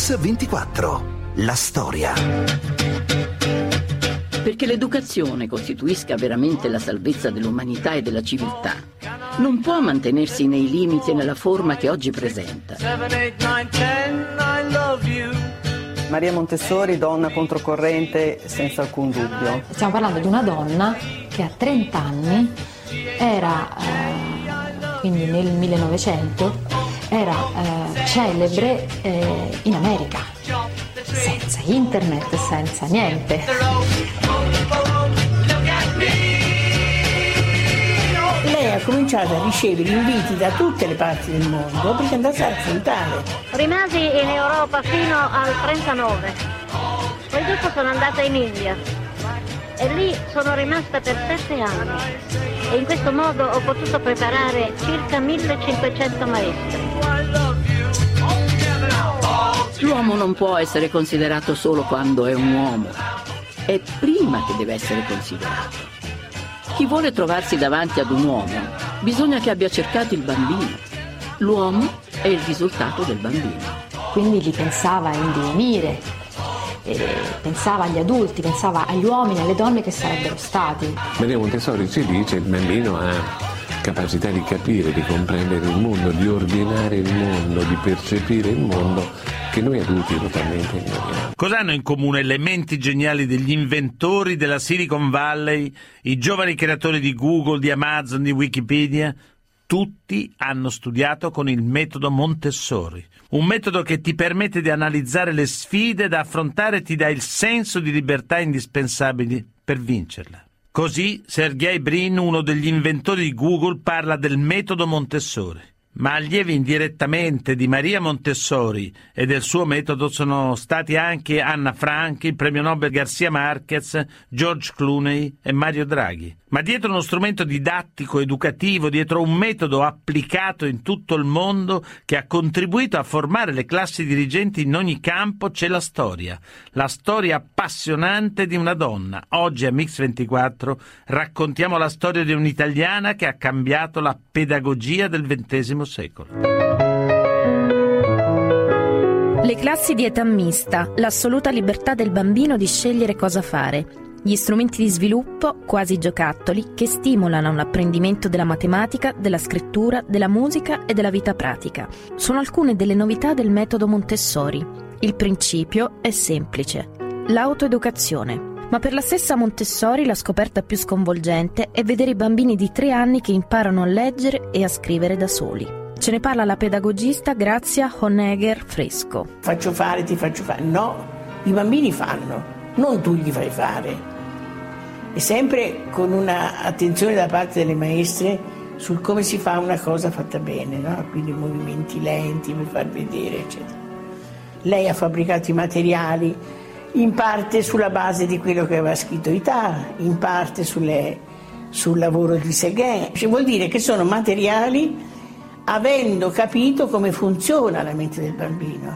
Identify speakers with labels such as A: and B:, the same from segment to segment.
A: Mix24. La storia.
B: Perché l'educazione costituisca veramente la salvezza dell'umanità e della civiltà, non può mantenersi nei limiti e nella forma che oggi presenta.
C: Maria Montessori, donna controcorrente senza alcun dubbio.
D: Stiamo parlando di una donna che a 30 anni era, quindi nel 1900, era celebre in America, senza internet, senza niente.
E: Lei ha cominciato a ricevere inviti da tutte le parti del mondo perché andasse a raccontare.
F: Rimasi in Europa fino al 39, poi dopo sono andata in India e lì sono rimasta per 7 anni e in questo modo ho potuto preparare circa 1500 maestri.
B: L'uomo non può essere considerato solo quando è un uomo, è prima che deve essere considerato. Chi vuole trovarsi davanti ad un uomo, bisogna che abbia cercato il bambino. L'uomo è il risultato del bambino.
D: Quindi li pensava in divenire, pensava agli adulti, pensava agli uomini, alle donne che sarebbero stati.
G: Maria Montessori ci dice che il bambino ha capacità di capire, di comprendere il mondo, di ordinare il mondo, di percepire il mondo che noi adulti totalmente ignoriamo.
H: Cosa hanno in comune le menti geniali degli inventori della Silicon Valley, i giovani creatori di Google, di Amazon, di Wikipedia? Tutti hanno studiato con il metodo Montessori, un metodo che ti permette di analizzare le sfide da affrontare e ti dà il senso di libertà indispensabili per vincerle. Così Sergey Brin, uno degli inventori di Google, parla del metodo Montessori. Ma allievi indirettamente di Maria Montessori e del suo metodo sono stati anche Anna Frank, il premio Nobel Garcia Marquez, George Clooney e Mario Draghi. Ma dietro uno strumento didattico, educativo, dietro un metodo applicato in tutto il mondo che ha contribuito a formare le classi dirigenti in ogni campo, c'è la storia appassionante di una donna. Oggi a Mix24 raccontiamo la storia di un'italiana che ha cambiato la pedagogia del XX secolo.
I: Le classi di età mista, l'assoluta libertà del bambino di scegliere cosa fare. Gli strumenti di sviluppo, quasi giocattoli, che stimolano l'apprendimento della matematica, della scrittura, della musica e della vita pratica. Sono alcune delle novità del metodo Montessori. Il principio è semplice: l'autoeducazione. Ma per la stessa Montessori la scoperta più sconvolgente è vedere i bambini di 3 anni che imparano a leggere e a scrivere da soli. Ce ne parla la pedagogista Grazia Honegger Fresco.
E: Faccio fare, ti faccio fare. No, i bambini fanno, non tu gli fai fare. E sempre con una attenzione da parte delle maestre sul come si fa una cosa fatta bene, no? Quindi movimenti lenti per far vedere, eccetera. Lei ha fabbricato i materiali in parte sulla base di quello che aveva scritto Ità, in parte sul lavoro di Séguin. Cioè, vuol dire che sono materiali avendo capito come funziona la mente del bambino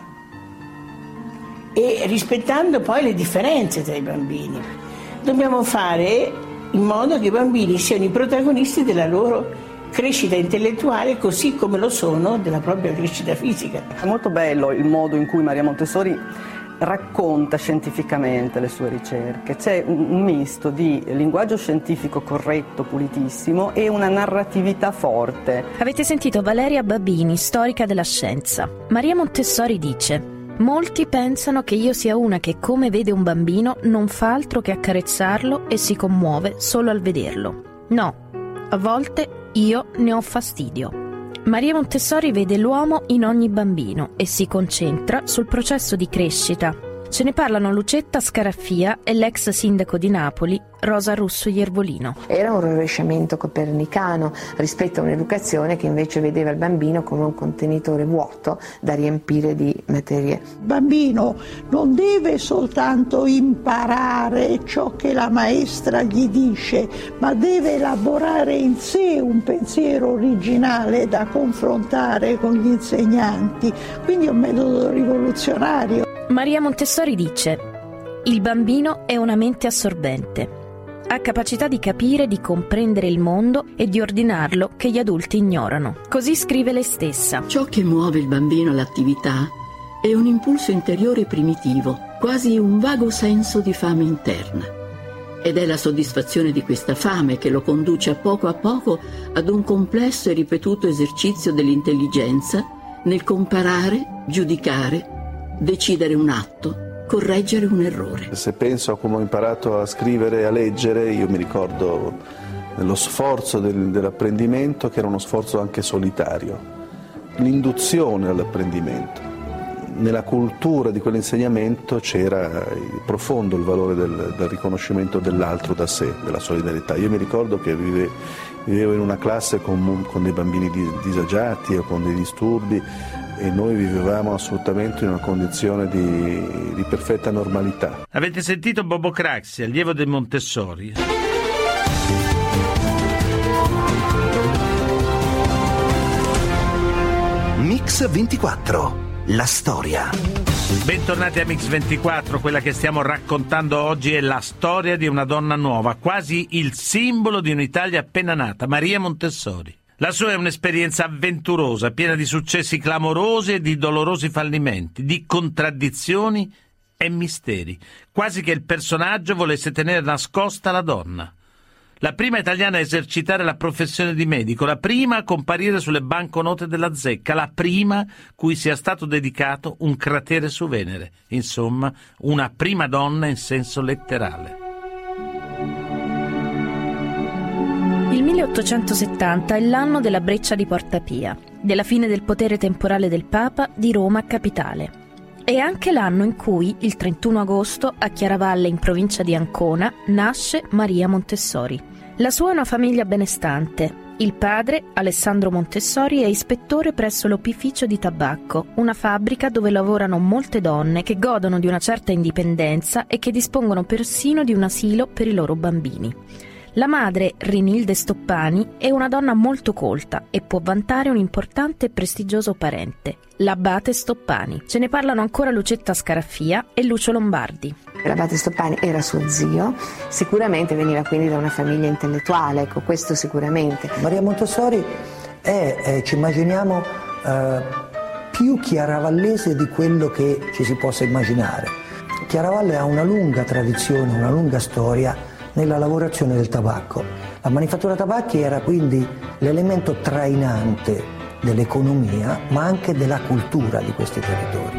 E: e rispettando poi le differenze tra i bambini. Dobbiamo fare in modo che i bambini siano i protagonisti della loro crescita intellettuale, così come lo sono della propria crescita fisica.
C: È molto bello il modo in cui Maria Montessori racconta scientificamente le sue ricerche. C'è un misto di linguaggio scientifico corretto, pulitissimo, e una narratività forte.
I: Avete sentito Valeria Babini, storica della scienza. Maria Montessori dice: molti pensano che io sia una che, come vede un bambino, non fa altro che accarezzarlo e si commuove solo al vederlo. No, a volte io ne ho fastidio. Maria Montessori vede l'uomo in ogni bambino e si concentra sul processo di crescita. Ce ne parlano Lucetta Scaraffia e l'ex sindaco di Napoli, Rosa Russo Iervolino.
J: Era un rovesciamento copernicano rispetto a un'educazione che invece vedeva il bambino come un contenitore vuoto da riempire di materie.
K: Il bambino non deve soltanto imparare ciò che la maestra gli dice, ma deve elaborare in sé un pensiero originale da confrontare con gli insegnanti. Quindi è un metodo rivoluzionario.
I: Maria Montessori dice: il bambino è una mente assorbente. Ha capacità di capire, di comprendere il mondo e di ordinarlo che gli adulti ignorano. Così scrive lei stessa.
B: Ciò che muove il bambino all'attività e un impulso interiore primitivo, quasi un vago senso di fame interna. Ed è la soddisfazione di questa fame che lo conduce a poco ad un complesso e ripetuto esercizio dell'intelligenza nel comparare, giudicare, decidere un atto, correggere un errore.
A: Se penso a come ho imparato a scrivere e a leggere, io mi ricordo dello sforzo dell'apprendimento, che era uno sforzo anche solitario, l'induzione all'apprendimento. Nella cultura di quell'insegnamento c'era profondo il valore del riconoscimento dell'altro da sé, della solidarietà. Io mi ricordo che vivevo in una classe con dei bambini disagiati o con dei disturbi, e noi vivevamo assolutamente in una condizione di perfetta normalità.
H: Avete sentito Bobo Craxi, allievo dei Montessori?
L: Mix 24, la storia.
H: Bentornati a Mix 24, quella che stiamo raccontando oggi è la storia di una donna nuova, quasi il simbolo di un'Italia appena nata, Maria Montessori. La sua è un'esperienza avventurosa, piena di successi clamorosi e di dolorosi fallimenti, di contraddizioni e misteri, quasi che il personaggio volesse tenere nascosta la donna. La prima italiana a esercitare la professione di medico, la prima a comparire sulle banconote della zecca, la prima cui sia stato dedicato un cratere su Venere. Insomma, una prima donna in senso letterale.
I: Il 1870 è l'anno della breccia di Porta Pia, della fine del potere temporale del Papa, di Roma capitale. È anche l'anno in cui, il 31 agosto, a Chiaravalle, in provincia di Ancona, nasce Maria Montessori. La sua è una famiglia benestante. Il padre, Alessandro Montessori, è ispettore presso l'opificio di tabacco, una fabbrica dove lavorano molte donne che godono di una certa indipendenza e che dispongono persino di un asilo per i loro bambini. La madre, Rinilde Stoppani, è una donna molto colta e può vantare un importante e prestigioso parente, l'abate Stoppani. Ce ne parlano ancora Lucetta Scaraffia e Lucio Lombardi.
J: L'abate Stoppani era suo zio, sicuramente veniva quindi da una famiglia intellettuale, ecco, questo sicuramente.
M: Maria Montessori è, ci immaginiamo, più chiaravallese di quello che ci si possa immaginare. Chiaravalle ha una lunga tradizione, una lunga storia nella lavorazione del tabacco. La manifattura tabacchi era quindi l'elemento trainante dell'economia, ma anche della cultura di questi territori.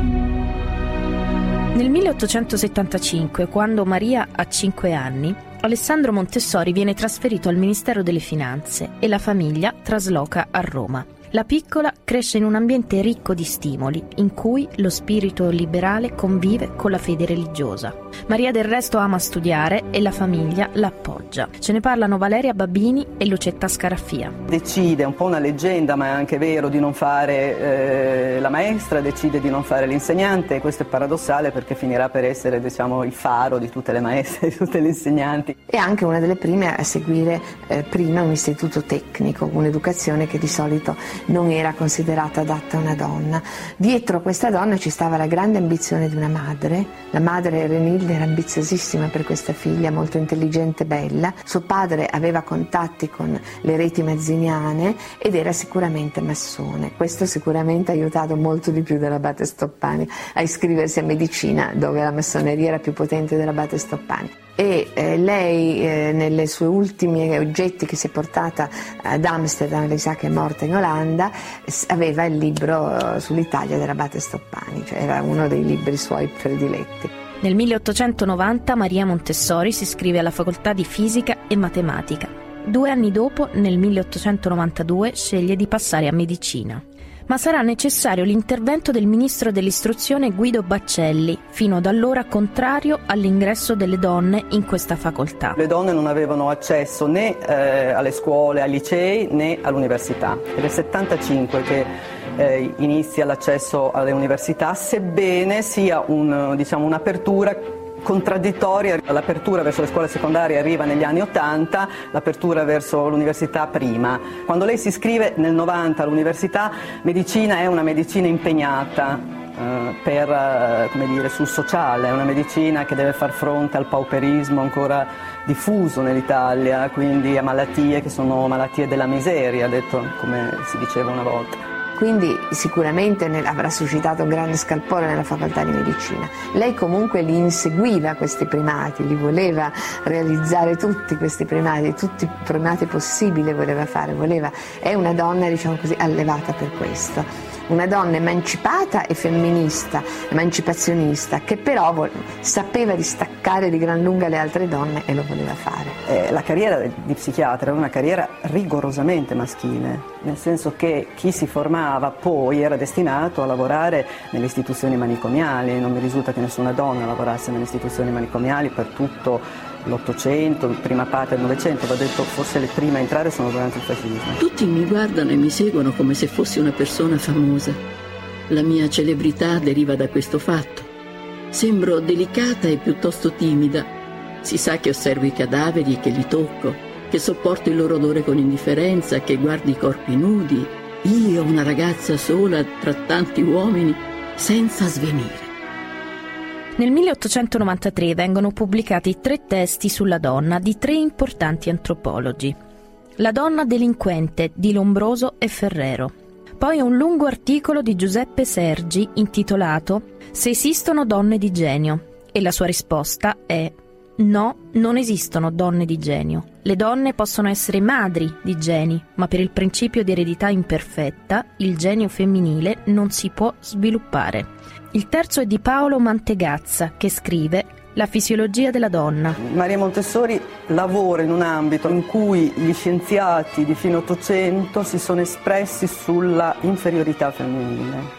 I: Nel 1875, quando Maria ha 5 anni, Alessandro Montessori viene trasferito al Ministero delle Finanze e la famiglia trasloca a Roma. La piccola cresce in un ambiente ricco di stimoli, in cui lo spirito liberale convive con la fede religiosa. Maria del resto ama studiare e la famiglia l'appoggia. Ce ne parlano Valeria Babini e Lucetta Scaraffia.
C: Decide, è un po' una leggenda, ma è anche vero, di non fare la maestra, decide di non fare l'insegnante, e questo è paradossale perché finirà per essere, diciamo, il faro di tutte le maestre, di tutte le insegnanti.
J: E anche una delle prime a seguire prima un istituto tecnico, un'educazione che di solito non era considerata adatta a una donna. Dietro questa donna ci stava la grande ambizione di una madre. La madre Renilde era ambiziosissima per questa figlia, molto intelligente e bella. Suo padre aveva contatti con le reti mazziniane ed era sicuramente massone. Questo sicuramente ha aiutato molto di più dell'abate Stoppani a iscriversi a medicina, dove la massoneria era più potente dell'abate Stoppani. E lei nelle sue ultimi oggetti che si è portata ad Amsterdam, lei sa che è morta in Olanda, aveva il libro sull'Italia dell'abate Stoppani, cioè era uno dei libri suoi prediletti.
I: Nel 1890 Maria Montessori si iscrive alla facoltà di fisica e matematica. 2 anni dopo, nel 1892, sceglie di passare a medicina. Ma sarà necessario l'intervento del ministro dell'istruzione Guido Baccelli, fino ad allora contrario all'ingresso delle donne in questa facoltà.
C: Le donne non avevano accesso né alle scuole, ai licei, né all'università. È del 75 che inizia l'accesso alle università, sebbene sia un'apertura contraddittoria. L'apertura verso le scuole secondarie arriva negli anni 80, l'apertura verso l'università prima. Quando lei si iscrive nel 90 all'università, medicina è una medicina impegnata sul sociale, è una medicina che deve far fronte al pauperismo ancora diffuso nell'Italia, quindi a malattie che sono malattie della miseria, detto come si diceva una volta.
J: quindi sicuramente avrà suscitato un grande scalpore nella facoltà di medicina. Lei comunque li inseguiva questi primati, li voleva realizzare tutti questi primati, tutti i primati possibili voleva fare, è una donna, diciamo così, allevata per questo. Una donna emancipata e femminista, emancipazionista, che però sapeva distaccare di gran lunga le altre donne e lo voleva fare.
C: La carriera di psichiatra era una carriera rigorosamente maschile, nel senso che chi si formava poi era destinato a lavorare nelle istituzioni manicomiali. Non mi risulta che nessuna donna lavorasse nelle istituzioni manicomiali per tutto l'Ottocento, prima parte del Novecento. Va detto, forse le prime a entrare sono durante il fascismo.
B: Tutti mi guardano e mi seguono come se fossi una persona famosa. La mia celebrità deriva da questo fatto. Sembro delicata e piuttosto timida. Si sa che osservo i cadaveri e che li tocco, che sopporto il loro odore con indifferenza, che guardo i corpi nudi. Io, una ragazza sola tra tanti uomini, senza svenire.
I: Nel 1893 vengono pubblicati 3 testi sulla donna di 3 importanti antropologi. La donna delinquente di Lombroso e Ferrero. Poi un lungo articolo di Giuseppe Sergi intitolato Se esistono donne di genio, e la sua risposta è: no, non esistono donne di genio. Le donne possono essere madri di geni, ma per il principio di eredità imperfetta il genio femminile non si può sviluppare. Il terzo è di Paolo Mantegazza, che scrive La fisiologia della donna.
C: Maria Montessori lavora in un ambito in cui gli scienziati di fine Ottocento si sono espressi sulla inferiorità femminile.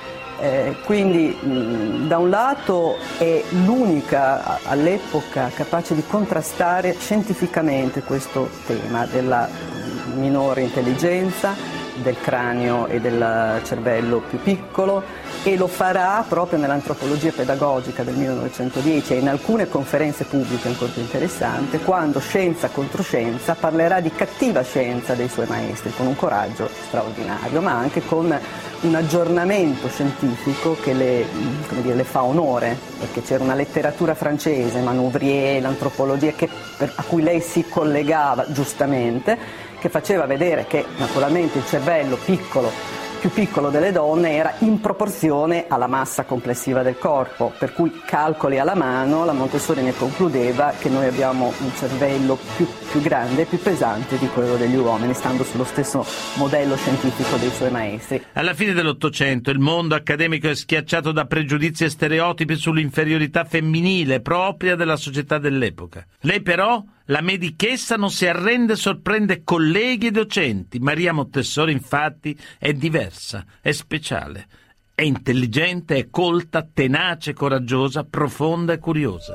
C: Quindi da un lato è l'unica all'epoca capace di contrastare scientificamente questo tema della minore intelligenza, del cranio e del cervello più piccolo, e lo farà proprio nell'antropologia pedagogica del 1910 e in alcune conferenze pubbliche ancora più interessanti, quando Scienza contro Scienza parlerà di cattiva scienza dei suoi maestri, con un coraggio straordinario, ma anche con un aggiornamento scientifico che le fa onore, perché c'era una letteratura francese, Manouvrier, l'antropologia, a cui lei si collegava giustamente, che faceva vedere che naturalmente il cervello più piccolo delle donne era in proporzione alla massa complessiva del corpo, per cui calcoli alla mano, la Montessori ne concludeva che noi abbiamo un cervello più grande e più pesante di quello degli uomini, stando sullo stesso modello scientifico dei suoi maestri.
H: Alla fine dell'Ottocento il mondo accademico è schiacciato da pregiudizi e stereotipi sull'inferiorità femminile propria della società dell'epoca. Lei però, la medichessa, non si arrende e sorprende colleghi e docenti. Maria Montessori infatti è diversa, è speciale, è intelligente, è colta, tenace, coraggiosa, profonda e curiosa.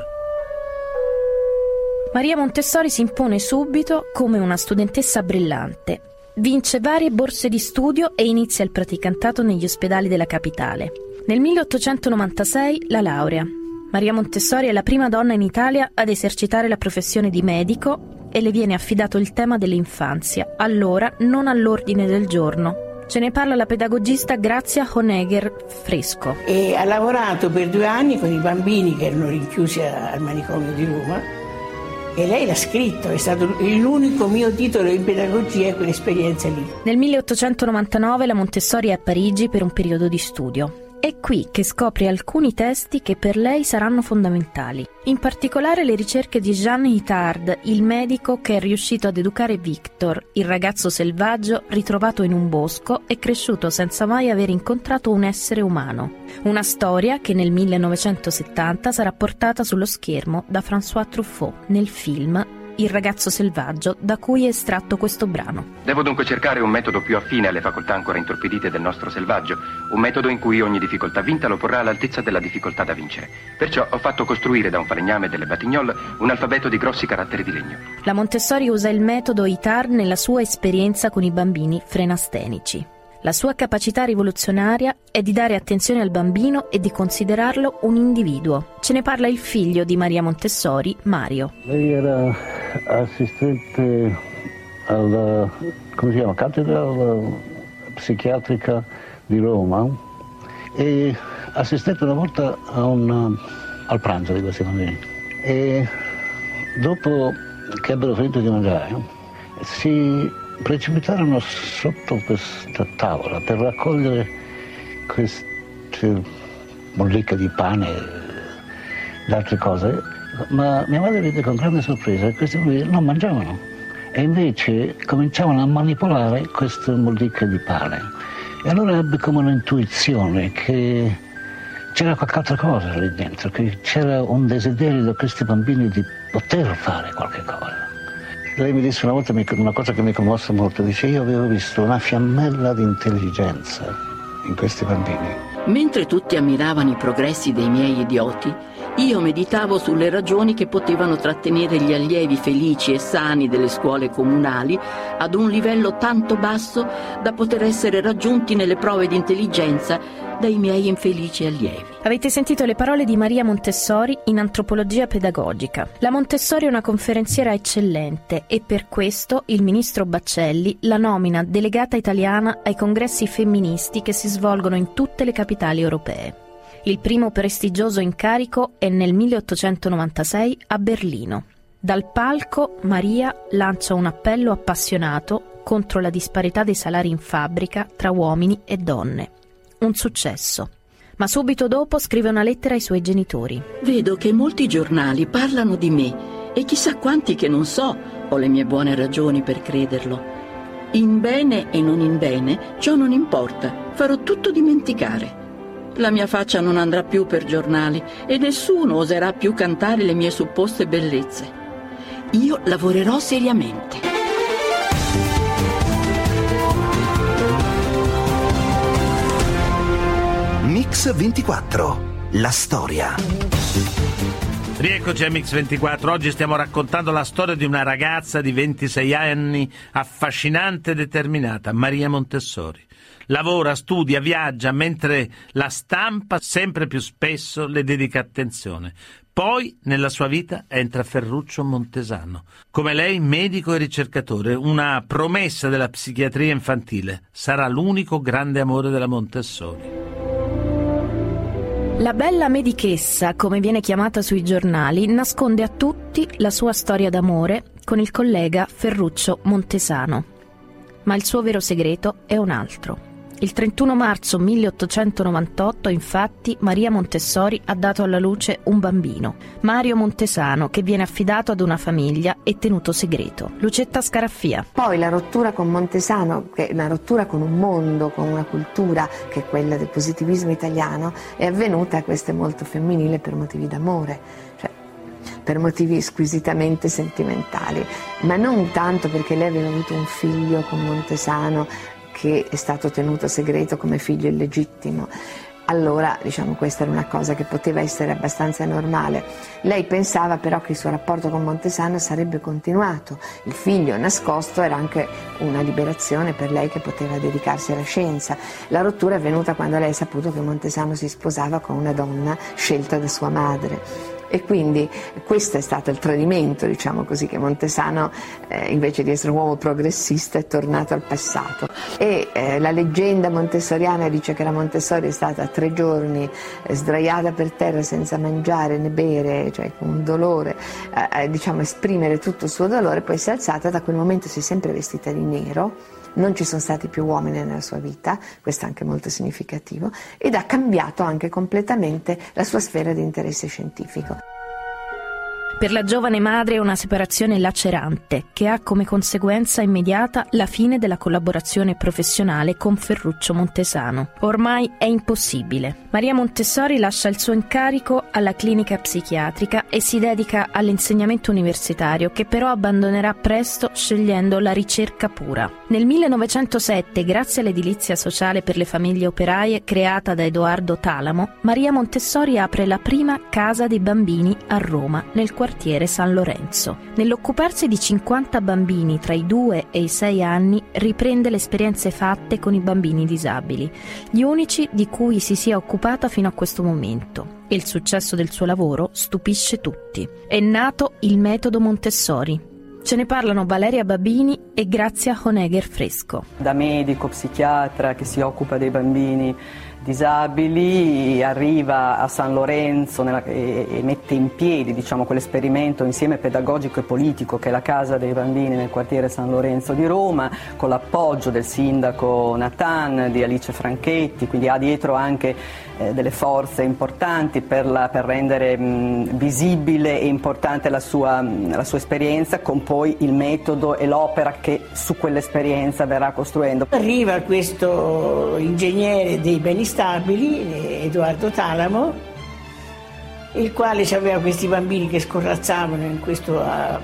I: Maria Montessori si impone subito come una studentessa brillante. Vince varie borse di studio e inizia il praticantato negli ospedali della capitale. Nel 1896 la laurea. Maria Montessori è la prima donna in Italia ad esercitare la professione di medico e le viene affidato il tema dell'infanzia, allora non all'ordine del giorno. Ce ne parla la pedagogista Grazia Honegger Fresco.
E: E ha lavorato per 2 anni con i bambini che erano rinchiusi al manicomio di Roma e lei l'ha scritto, è stato l'unico mio titolo in pedagogia, quell'esperienza lì.
I: Nel 1899 la Montessori è a Parigi per un periodo di studio. È qui che scopre alcuni testi che per lei saranno fondamentali. In particolare le ricerche di Jean Itard, il medico che è riuscito ad educare Victor, il ragazzo selvaggio ritrovato in un bosco e cresciuto senza mai aver incontrato un essere umano. Una storia che nel 1970 sarà portata sullo schermo da François Truffaut nel film Il ragazzo selvaggio, da cui è estratto questo brano.
N: Devo dunque cercare un metodo più affine alle facoltà ancora intorpidite del nostro selvaggio, un metodo in cui ogni difficoltà vinta lo porrà all'altezza della difficoltà da vincere. Perciò ho fatto costruire da un falegname e delle batignolles un alfabeto di grossi caratteri di legno.
I: La Montessori usa il metodo Itard nella sua esperienza con i bambini frenastenici. La sua capacità rivoluzionaria è di dare attenzione al bambino e di considerarlo un individuo. Ce ne parla il figlio di Maria Montessori, Mario.
O: Lei era assistente alla cattedra psichiatrica di Roma e assistette una volta al pranzo di questi bambini. E dopo che ebbero finito di mangiare si precipitarono sotto questa tavola per raccogliere queste molliche di pane e altre cose, ma mia madre vide con grande sorpresa che questi bambini non mangiavano e invece cominciavano a manipolare queste molliche di pane. E allora ebbe come un'intuizione che c'era qualche altra cosa lì dentro, che c'era un desiderio da questi bambini di poter fare qualche cosa. Lei mi disse una volta una cosa che mi commosse molto, dice: io avevo visto una fiammella di intelligenza in questi bambini.
B: Mentre tutti ammiravano i progressi dei miei idioti, io meditavo sulle ragioni che potevano trattenere gli allievi felici e sani delle scuole comunali ad un livello tanto basso da poter essere raggiunti nelle prove di intelligenza dai miei infelici allievi.
I: Avete sentito le parole di Maria Montessori in Antropologia Pedagogica. La Montessori è una conferenziera eccellente e per questo il ministro Baccelli la nomina delegata italiana ai congressi femministi che si svolgono in tutte le capitali europee. Il primo prestigioso incarico è nel 1896 a Berlino. Dal palco Maria lancia un appello appassionato contro la disparità dei salari in fabbrica tra uomini e donne. Un successo. Ma subito dopo scrive una lettera ai suoi genitori.
B: Vedo che molti giornali parlano di me e chissà quanti che non so ho le mie buone ragioni per crederlo. In bene e non in bene, ciò non importa, farò tutto dimenticare. La mia faccia non andrà più per giornali e nessuno oserà più cantare le mie supposte bellezze. Io lavorerò seriamente.
L: Mix 24, la storia.
H: Rieccoci a Mix 24. Oggi stiamo raccontando la storia di una ragazza di 26 anni affascinante e determinata, Maria Montessori. Lavora, studia, viaggia, mentre la stampa sempre più spesso le dedica attenzione. Poi nella sua vita entra Ferruccio Montesano. Come lei, medico e ricercatore, una promessa della psichiatria infantile. Sarà l'unico grande amore della Montessori.
I: La bella medichessa, come viene chiamata sui giornali, nasconde a tutti la sua storia d'amore con il collega Ferruccio Montesano. Ma il suo vero segreto è un altro. Il 31 marzo 1898, infatti, Maria Montessori ha dato alla luce un bambino, Mario Montesano, che viene affidato ad una famiglia e tenuto segreto. Lucetta Scaraffia.
J: Poi la rottura con Montesano, che è una rottura con un mondo, con una cultura che è quella del positivismo italiano, è avvenuta, questa è molto femminile, per motivi d'amore, cioè per motivi squisitamente sentimentali, ma non tanto perché lei aveva avuto un figlio con Montesano che è stato tenuto segreto come figlio illegittimo. Allora, questa era una cosa che poteva essere abbastanza normale. Lei pensava però che il suo rapporto con Montesano sarebbe continuato. Il figlio nascosto era anche una liberazione per lei, che poteva dedicarsi alla scienza. La rottura è avvenuta quando lei ha saputo che Montesano si sposava con una donna scelta da sua madre. E quindi questo è stato il tradimento, così, che Montesano invece di essere un uomo progressista è tornato al passato. E la leggenda montessoriana dice che la Montessori è stata 3 giorni sdraiata per terra senza mangiare né bere, cioè con un dolore, esprimere tutto il suo dolore, poi si è alzata. Da quel momento si è sempre vestita di nero, non ci sono stati più uomini nella sua vita, questo è anche molto significativo, ed ha cambiato anche completamente la sua sfera di interesse scientifico.
I: Per la giovane madre è una separazione lacerante che ha come conseguenza immediata la fine della collaborazione professionale con Ferruccio Montesano. Ormai è impossibile. Maria Montessori lascia il suo incarico alla clinica psichiatrica e si dedica all'insegnamento universitario, che però abbandonerà presto scegliendo la ricerca pura. Nel 1907, grazie all'edilizia sociale per le famiglie operaie creata da Edoardo Talamo, Maria Montessori apre la prima casa dei bambini a Roma, nel quartiere San Lorenzo. Nell'occuparsi di 50 bambini tra i 2 e i 6 anni, riprende le esperienze fatte con i bambini disabili, gli unici di cui si sia occupata fino a questo momento. E il successo del suo lavoro stupisce tutti. È nato il metodo Montessori. Ce ne parlano Valeria Babini e Grazia Honegger Fresco.
C: Da medico, psichiatra che si occupa dei bambini disabili, arriva a San Lorenzo e mette in piedi, diciamo, quell'esperimento insieme pedagogico e politico che è la Casa dei Bambini nel quartiere San Lorenzo di Roma, con l'appoggio del sindaco Nathan, di Alice Franchetti, quindi ha dietro anche delle forze importanti per rendere visibile e importante la sua esperienza, con poi il metodo e l'opera che su quell'esperienza verrà costruendo.
E: Arriva questo ingegnere dei beni stabili, Edoardo Talamo, il quale aveva questi bambini che scorrazzavano in questo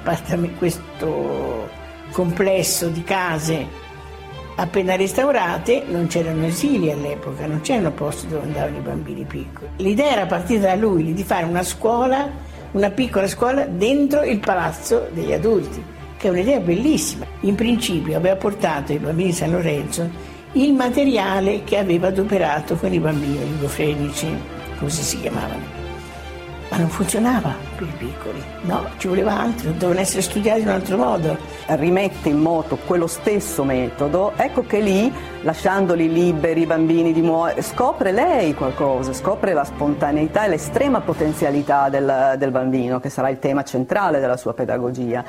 E: complesso di case appena restaurate. Non c'erano asili all'epoca, non c'erano posti dove andavano i bambini piccoli. L'idea era partita da lui di fare una scuola, una piccola scuola dentro il palazzo degli adulti, che è un'idea bellissima. In principio aveva portato ai bambini di San Lorenzo il materiale che aveva adoperato con i bambini oligofrenici, così si chiamavano. Ma non funzionava per i piccoli, no, ci voleva altro, dovevano essere studiati in un altro modo.
C: Rimette in moto quello stesso metodo, ecco che lì, lasciandoli liberi i bambini di muovere, scopre lei qualcosa, scopre la spontaneità e l'estrema potenzialità del bambino, che sarà il tema centrale della sua pedagogia.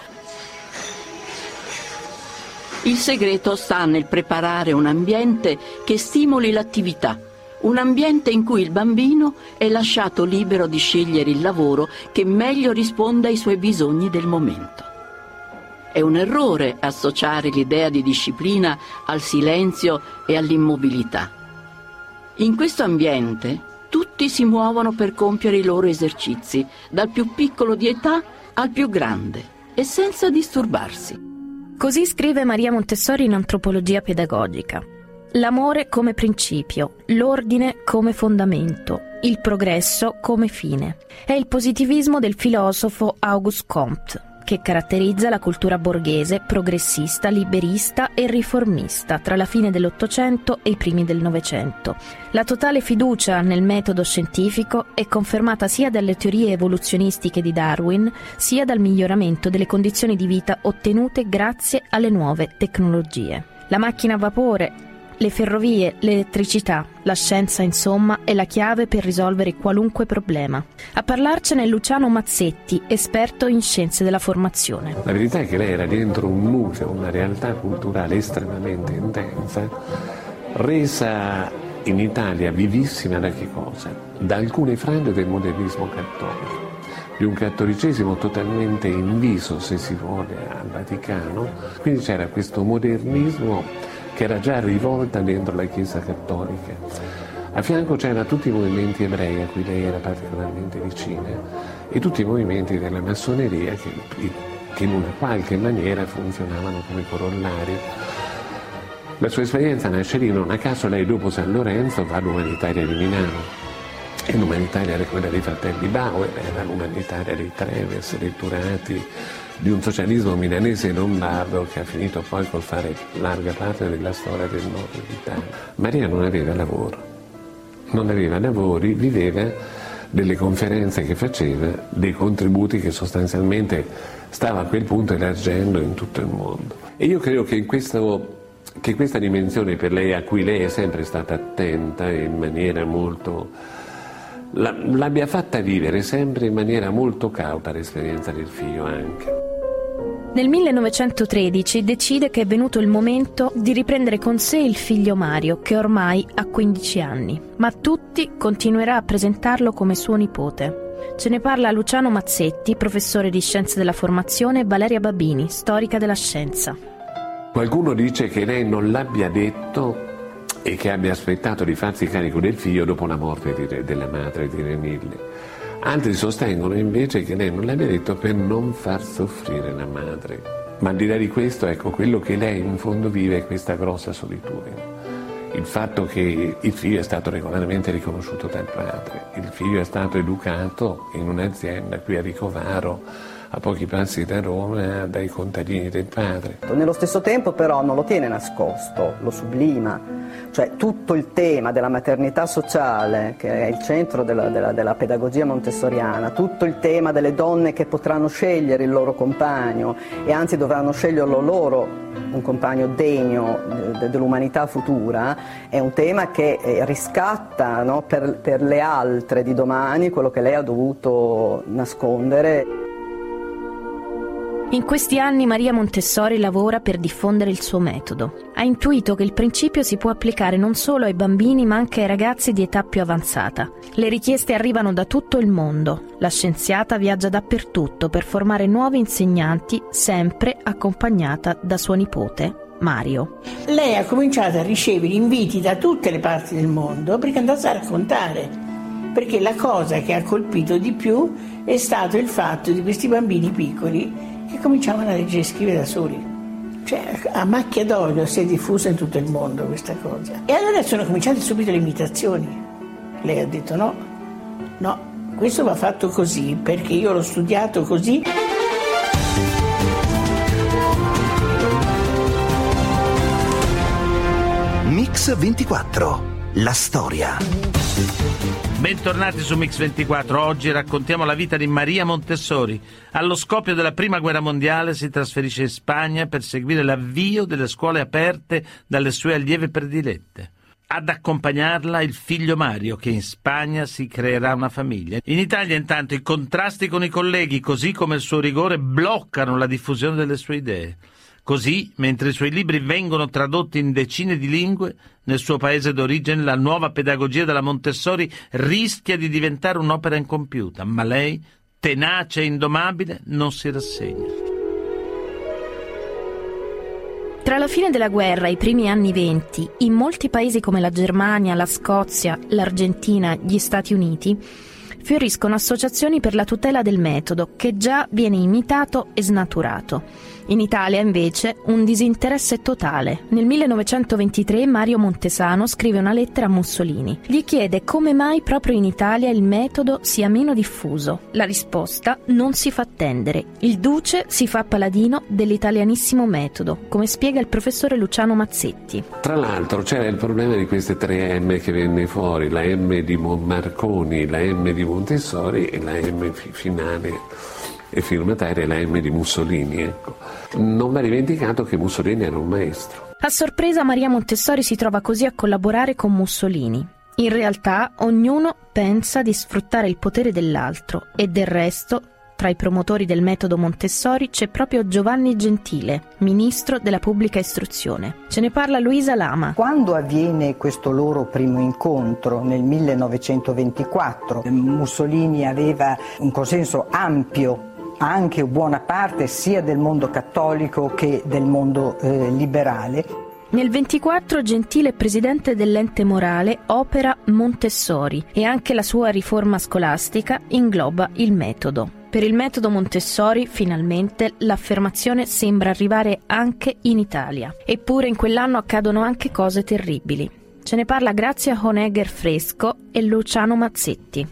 B: Il segreto sta nel preparare un ambiente che stimoli l'attività. Un ambiente in cui il bambino è lasciato libero di scegliere il lavoro che meglio risponda ai suoi bisogni del momento. È un errore associare l'idea di disciplina al silenzio e all'immobilità. In questo ambiente tutti si muovono per compiere i loro esercizi, dal più piccolo di età al più grande, e senza disturbarsi.
I: Così scrive Maria Montessori in Antropologia pedagogica. L'amore come principio, l'ordine come fondamento, il progresso come fine. È il positivismo del filosofo Auguste Comte, che caratterizza la cultura borghese, progressista, liberista e riformista tra la fine dell'Ottocento e i primi del Novecento. La totale fiducia nel metodo scientifico è confermata sia dalle teorie evoluzionistiche di Darwin, sia dal miglioramento delle condizioni di vita ottenute grazie alle nuove tecnologie. La macchina a vapore, le ferrovie, l'elettricità, la scienza insomma è la chiave per risolvere qualunque problema. A parlarcene è Luciano Mazzetti, esperto in scienze della formazione.
G: La verità è che lei era dentro un nucleo, una realtà culturale estremamente intensa, resa in Italia vivissima da che cosa? Da alcune frange del modernismo cattolico, di un cattolicesimo totalmente inviso, se si vuole, al Vaticano. Quindi c'era questo modernismo che era già rivolta dentro la Chiesa cattolica. A fianco c'erano tutti i movimenti ebrei a cui lei era particolarmente vicina e tutti i movimenti della massoneria che in una qualche maniera funzionavano come corollari. La sua esperienza nasce lì, non a caso lei dopo San Lorenzo va all'umanitaria di Milano. E l'umanitaria era quella dei fratelli Bauer, era l'umanitaria dei Treves, dei Turati, di un socialismo milanese lombardo che ha finito poi col fare larga parte della storia del nord d'Italia. Maria non aveva lavoro, non aveva lavori, viveva delle conferenze che faceva, dei contributi che sostanzialmente stava a quel punto elargendo in tutto il mondo. E io credo che questa dimensione per lei, a cui lei è sempre stata attenta in maniera molto... l'abbia fatta vivere sempre in maniera molto cauta l'esperienza del figlio anche.
I: Nel 1913 decide che è venuto il momento di riprendere con sé il figlio Mario, che ormai ha 15 anni, ma tutti continuerà a presentarlo come suo nipote. Ce ne parla Luciano Mazzetti, professore di scienze della formazione, e Valeria Babini, storica della scienza.
G: Qualcuno dice che lei non l'abbia detto e che abbia aspettato di farsi carico del figlio dopo la morte della madre di Renille. Altri sostengono invece che lei non l'abbia detto per non far soffrire la madre. Ma al di là di questo, ecco, quello che lei in fondo vive è questa grossa solitudine. Il fatto che il figlio è stato regolarmente riconosciuto dal padre, il figlio è stato educato in un'azienda qui a Vicovaro, a pochi passi da Roma, dai contadini del padre.
C: Nello stesso tempo però non lo tiene nascosto, lo sublima, cioè tutto il tema della maternità sociale, che è il centro della pedagogia montessoriana, tutto il tema delle donne che potranno scegliere il loro compagno e anzi dovranno sceglierlo loro, un compagno degno dell'umanità futura, è un tema che riscatta, no, per le altre di domani quello che lei ha dovuto nascondere.
I: In questi anni Maria Montessori lavora per diffondere il suo metodo. Ha intuito che il principio si può applicare non solo ai bambini ma anche ai ragazzi di età più avanzata. Le richieste arrivano da tutto il mondo. La scienziata viaggia dappertutto per formare nuovi insegnanti, sempre accompagnata da suo nipote, Mario.
E: Lei ha cominciato a ricevere inviti da tutte le parti del mondo perché andasse a raccontare, perché la cosa che ha colpito di più è stato il fatto di questi bambini piccoli che cominciavano a leggere e scrivere da soli. Cioè, a macchia d'olio si è diffusa in tutto il mondo questa cosa. E allora sono cominciate subito le imitazioni. Lei ha detto no, questo va fatto così perché io l'ho studiato così.
L: Mix 24, la storia.
H: Bentornati su Mix 24. Oggi raccontiamo la vita di Maria Montessori. Allo scoppio della Prima Guerra Mondiale si trasferisce in Spagna per seguire l'avvio delle scuole aperte dalle sue allieve predilette. Ad accompagnarla il figlio Mario, che in Spagna si creerà una famiglia. In Italia intanto i contrasti con i colleghi, così come il suo rigore, bloccano la diffusione delle sue idee. Così, mentre i suoi libri vengono tradotti in decine di lingue, nel suo paese d'origine la nuova pedagogia della Montessori rischia di diventare un'opera incompiuta, ma lei, tenace e indomabile, non si rassegna.
I: Tra la fine della guerra e i primi anni '20, in molti paesi come la Germania, la Scozia, l'Argentina, gli Stati Uniti, fioriscono associazioni per la tutela del metodo, che già viene imitato e snaturato. In Italia, invece, un disinteresse totale. Nel 1923 Mario Montesano scrive una lettera a Mussolini. Gli chiede come mai proprio in Italia il metodo sia meno diffuso. La risposta non si fa attendere. Il duce si fa paladino dell'italianissimo metodo, come spiega il professore Luciano Mazzetti.
G: Tra l'altro c'era il problema di queste 3 M che venne fuori, la M di Marconi, la M di Montessori e la M finale e firmataria, la M di Mussolini. Ecco. Non va dimenticato che Mussolini era un maestro.
I: A sorpresa Maria Montessori si trova così a collaborare con Mussolini. In realtà ognuno pensa di sfruttare il potere dell'altro e del resto tra i promotori del metodo Montessori c'è proprio Giovanni Gentile, ministro della pubblica istruzione. Ce ne parla Luisa Lama.
P: Quando avviene questo loro primo incontro nel 1924, Mussolini aveva un consenso ampio anche buona parte sia del mondo cattolico che del mondo liberale.
I: Nel 24 Gentile è presidente dell'ente morale Opera Montessori e anche la sua riforma scolastica ingloba il metodo. Per il metodo Montessori, finalmente, l'affermazione sembra arrivare anche in Italia. Eppure in quell'anno accadono anche cose terribili. Ce ne parla Grazia Honegger Fresco e Luciano Mazzetti.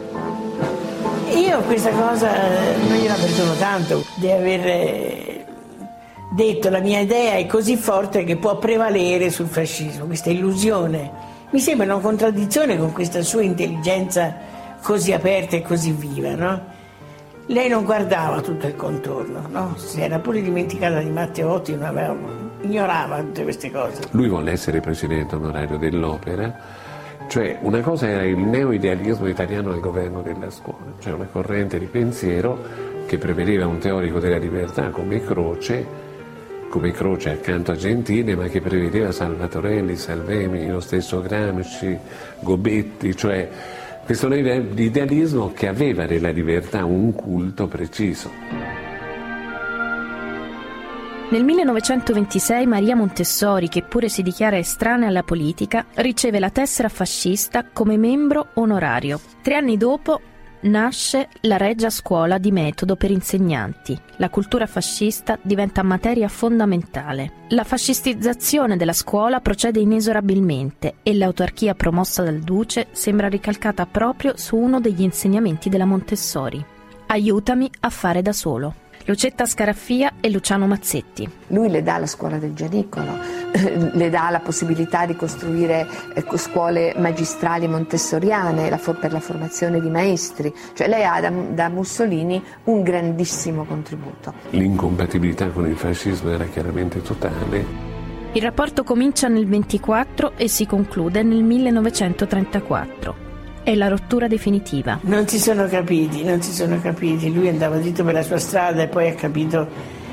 E: Io questa cosa non gliela perdono tanto, di aver detto la mia idea è così forte che può prevalere sul fascismo, questa illusione. Mi sembra una contraddizione con questa sua intelligenza così aperta e così viva, no? Lei non guardava tutto il contorno, no? Si era pure dimenticata di Matteotti, ignorava tutte queste cose.
G: Lui volle essere presidente onorario dell'Opera. Cioè, una cosa era il neoidealismo italiano al governo della scuola, cioè una corrente di pensiero che prevedeva un teorico della libertà come Croce accanto a Gentile, ma che prevedeva Salvatorelli, Salvemini, lo stesso Gramsci, Gobetti, cioè questo idealismo che aveva della libertà un culto preciso.
I: Nel 1926 Maria Montessori, che pure si dichiara estranea alla politica, riceve la tessera fascista come membro onorario. 3 anni dopo nasce la Regia Scuola di Metodo per insegnanti. La cultura fascista diventa materia fondamentale. La fascistizzazione della scuola procede inesorabilmente e l'autarchia promossa dal duce sembra ricalcata proprio su uno degli insegnamenti della Montessori. Aiutami a fare da solo. Lucetta Scarafia e Luciano Mazzetti.
J: Lui le dà la scuola del Gianicolo, le dà la possibilità di costruire scuole magistrali montessoriane per la formazione di maestri, cioè lei ha da Mussolini un grandissimo contributo.
G: L'incompatibilità con il fascismo era chiaramente totale.
I: Il rapporto comincia nel 24 e si conclude nel 1934. È la rottura definitiva.
E: Non si sono capiti. Lui andava dritto per la sua strada e poi ha capito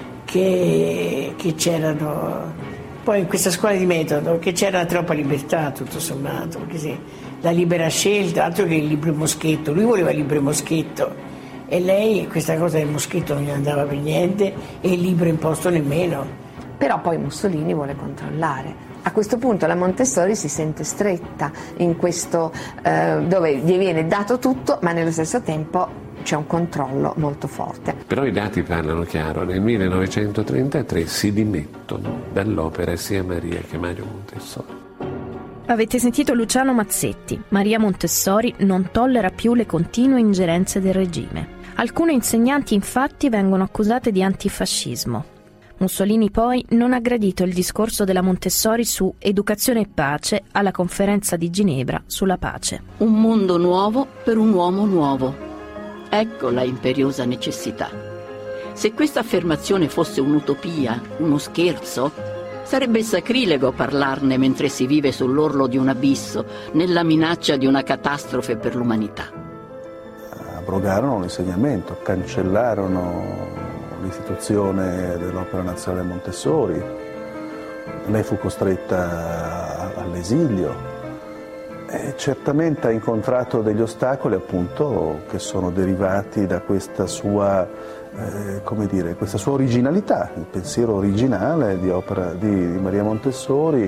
E: che c'erano, poi in questa scuola di metodo, che c'era troppa libertà tutto sommato, perché sì, la libera scelta, altro che il libro Moschetto, lui voleva il libro Moschetto e lei questa cosa del Moschetto non gli andava per niente e il libro imposto nemmeno.
J: Però poi Mussolini vuole controllare. A questo punto la Montessori si sente stretta in questo dove gli viene dato tutto, ma nello stesso tempo c'è un controllo molto forte.
G: Però i dati parlano chiaro, nel 1933 si dimettono dall'opera sia Maria che Mario Montessori.
I: Avete sentito Luciano Mazzetti. Maria Montessori non tollera più le continue ingerenze del regime. Alcune insegnanti infatti vengono accusate di antifascismo. Mussolini poi non ha gradito il discorso della Montessori su educazione e pace alla conferenza di Ginevra sulla pace.
B: Un mondo nuovo per un uomo nuovo. Ecco la imperiosa necessità. Se questa affermazione fosse un'utopia, uno scherzo, sarebbe sacrilego parlarne mentre si vive sull'orlo di un abisso, nella minaccia di una catastrofe per l'umanità.
A: Abrogarono l'insegnamento, cancellarono l'istituzione dell'Opera Nazionale Montessori, lei fu costretta all'esilio e certamente ha incontrato degli ostacoli appunto che sono derivati da questa sua, questa sua originalità, il pensiero originale di Maria Montessori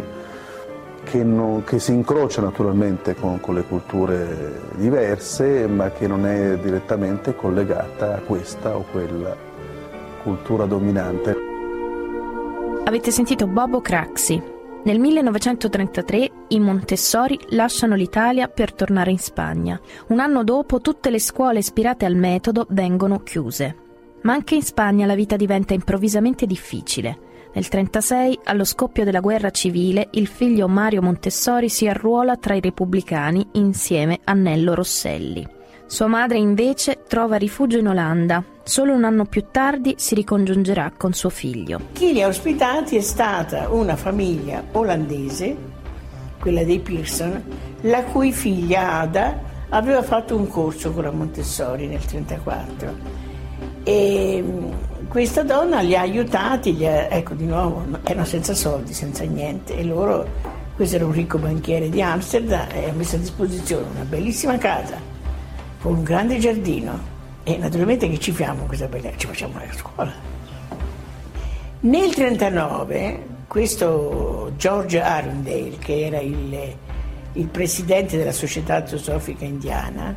A: che si incrocia naturalmente con le culture diverse ma che non è direttamente collegata a questa o quella cultura dominante.
I: Avete sentito Bobo Craxi. Nel 1933 i Montessori lasciano l'Italia per tornare in Spagna. Un anno dopo tutte le scuole ispirate al metodo vengono chiuse. Ma anche in Spagna la vita diventa improvvisamente difficile. Nel 1936, allo scoppio della guerra civile, il figlio Mario Montessori si arruola tra i repubblicani insieme a Nello Rosselli. Sua madre invece trova rifugio in Olanda. Solo un anno più tardi si ricongiungerà con suo figlio.
E: Chi li ha ospitati è stata una famiglia olandese, quella dei Pearson, la cui figlia Ada aveva fatto un corso con la Montessori nel 1934 e questa donna li ha aiutati, ecco di nuovo, erano senza soldi, senza niente e loro, questo era un ricco banchiere di Amsterdam e ha messo a disposizione una bellissima casa con un grande giardino e naturalmente che ci facciamo la scuola. Nel 1939 questo George Arundel, che era il presidente della Società Teosofica Indiana,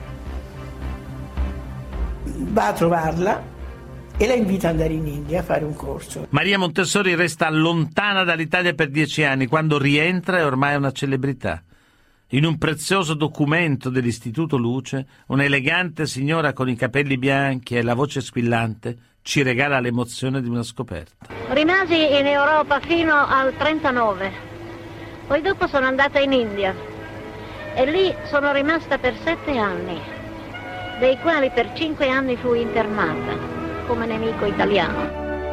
E: va a trovarla e la invita ad andare in India a fare un corso.
H: Maria Montessori resta lontana dall'Italia per 10 anni, quando rientra è ormai una celebrità. In un prezioso documento dell'Istituto Luce, un'elegante signora con i capelli bianchi e la voce squillante ci regala l'emozione di una scoperta.
F: Rimasi in Europa fino al 1939, poi dopo sono andata in India e lì sono rimasta per 7 anni, dei quali per 5 anni fui internata come nemico italiano.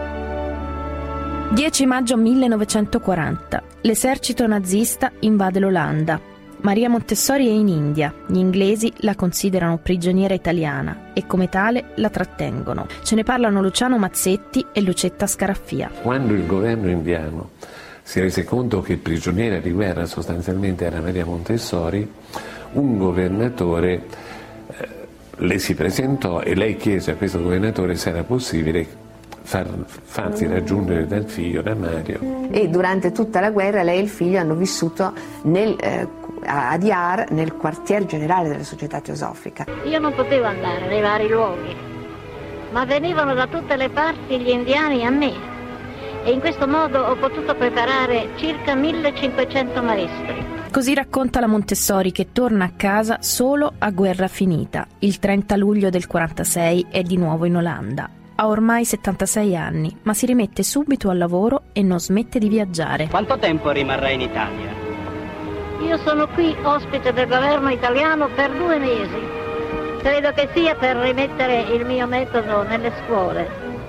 I: 10 maggio 1940. L'esercito nazista invade l'Olanda. Maria Montessori è in India, gli inglesi la considerano prigioniera italiana e come tale la trattengono. Ce ne parlano Luciano Mazzetti e Lucetta Scarafia.
G: Quando il governo indiano si rese conto che prigioniera di guerra sostanzialmente era Maria Montessori, un governatore le si presentò e lei chiese a questo governatore se era possibile farsi raggiungere dal figlio, da Mario.
J: E durante tutta la guerra lei e il figlio hanno vissuto a Diyar, nel quartier generale della Società Teosofica.
F: Io non potevo andare nei vari luoghi, ma venivano da tutte le parti gli indiani a me e in questo modo ho potuto preparare circa 1500 maestri.
I: Così racconta la Montessori, che torna a casa solo a guerra finita. Il 30 luglio del 46 è di nuovo in Olanda. Ha ormai 76 anni, ma si rimette subito al lavoro e non smette di viaggiare.
Q: Quanto tempo rimarrai in Italia?
F: Io sono qui ospite del governo italiano per 2 mesi. Credo che sia per rimettere il mio metodo nelle scuole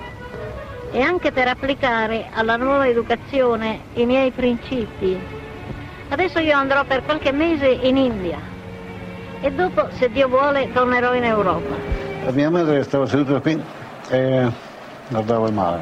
F: e anche per applicare alla nuova educazione i miei principi. Adesso io andrò per qualche mese in India e dopo, se Dio vuole, tornerò in Europa.
O: La mia madre stava seduta qui e guardava il mare.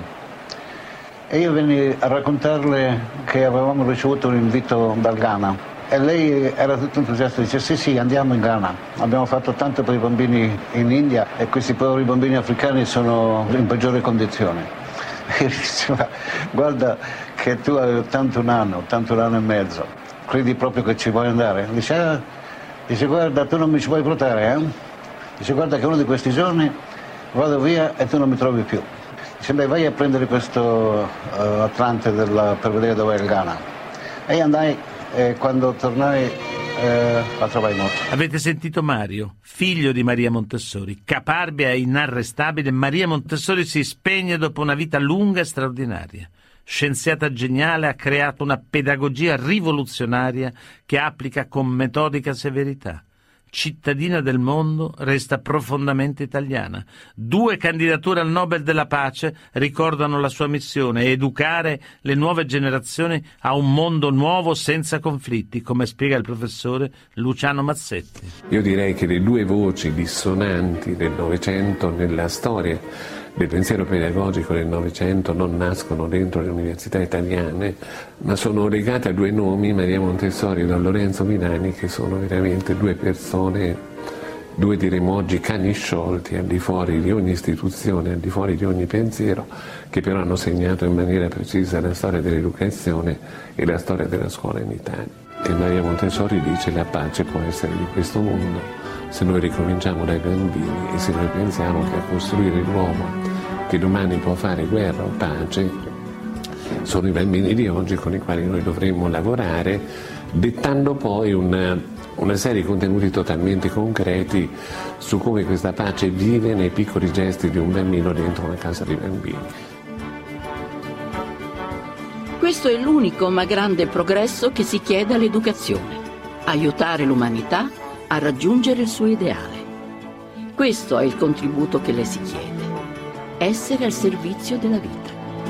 O: E io venni a raccontarle che avevamo ricevuto un invito dal Ghana. E lei era tutto entusiasta, dice sì, andiamo in Ghana. Abbiamo fatto tanto per i bambini in India e questi poveri bambini africani sono in peggiore condizione. E diceva, guarda che tu hai 81 anni e mezzo, credi proprio che ci vuoi andare? Dice guarda, tu non mi ci puoi portare, eh? Dice guarda che uno di questi giorni vado via e tu non mi trovi più. Dice beh, vai a prendere questo Atlante per vedere dove è il Ghana. E io andai e quando tornai la trovai morta.
H: Avete sentito Mario, figlio di Maria Montessori, caparbia e inarrestabile. Maria Montessori si spegne dopo una vita lunga e straordinaria. Scienziata geniale, ha creato una pedagogia rivoluzionaria che applica con metodica severità. Cittadina del mondo, resta profondamente italiana. 2 candidature al Nobel della pace ricordano la sua missione: educare le nuove generazioni a un mondo nuovo senza conflitti, come spiega il professore Luciano Mazzetti.
G: Io direi che le 2 voci dissonanti del Novecento nella storia del pensiero pedagogico del Novecento non nascono dentro le università italiane, ma sono legate a 2 nomi, Maria Montessori e Don Lorenzo Milani, che sono veramente 2 persone, 2 diremmo oggi cani sciolti al di fuori di ogni istituzione, al di fuori di ogni pensiero, che però hanno segnato in maniera precisa la storia dell'educazione e la storia della scuola in Italia. E Maria Montessori dice: la pace può essere di questo mondo se noi ricominciamo dai bambini e se noi pensiamo che a costruire l'uomo che domani può fare guerra o pace sono i bambini di oggi con i quali noi dovremmo lavorare, dettando poi una serie di contenuti totalmente concreti su come questa pace vive nei piccoli gesti di un bambino dentro una casa di bambini.
B: Questo è l'unico ma grande progresso che si chiede all'educazione: aiutare l'umanità a raggiungere il suo ideale. Questo è il contributo che le si chiede: essere al servizio della vita.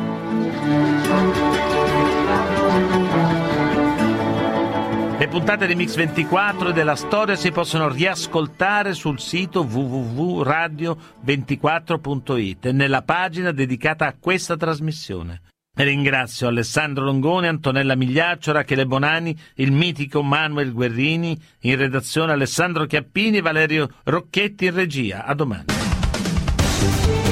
H: Le puntate di Mix24 e della storia si possono riascoltare sul sito www.radio24.it e nella pagina dedicata a questa trasmissione. Ringrazio Alessandro Longone, Antonella Migliaccio, Rachele Bonani, il mitico Manuel Guerrini, in redazione Alessandro Chiappini e Valerio Rocchetti in regia. A domani.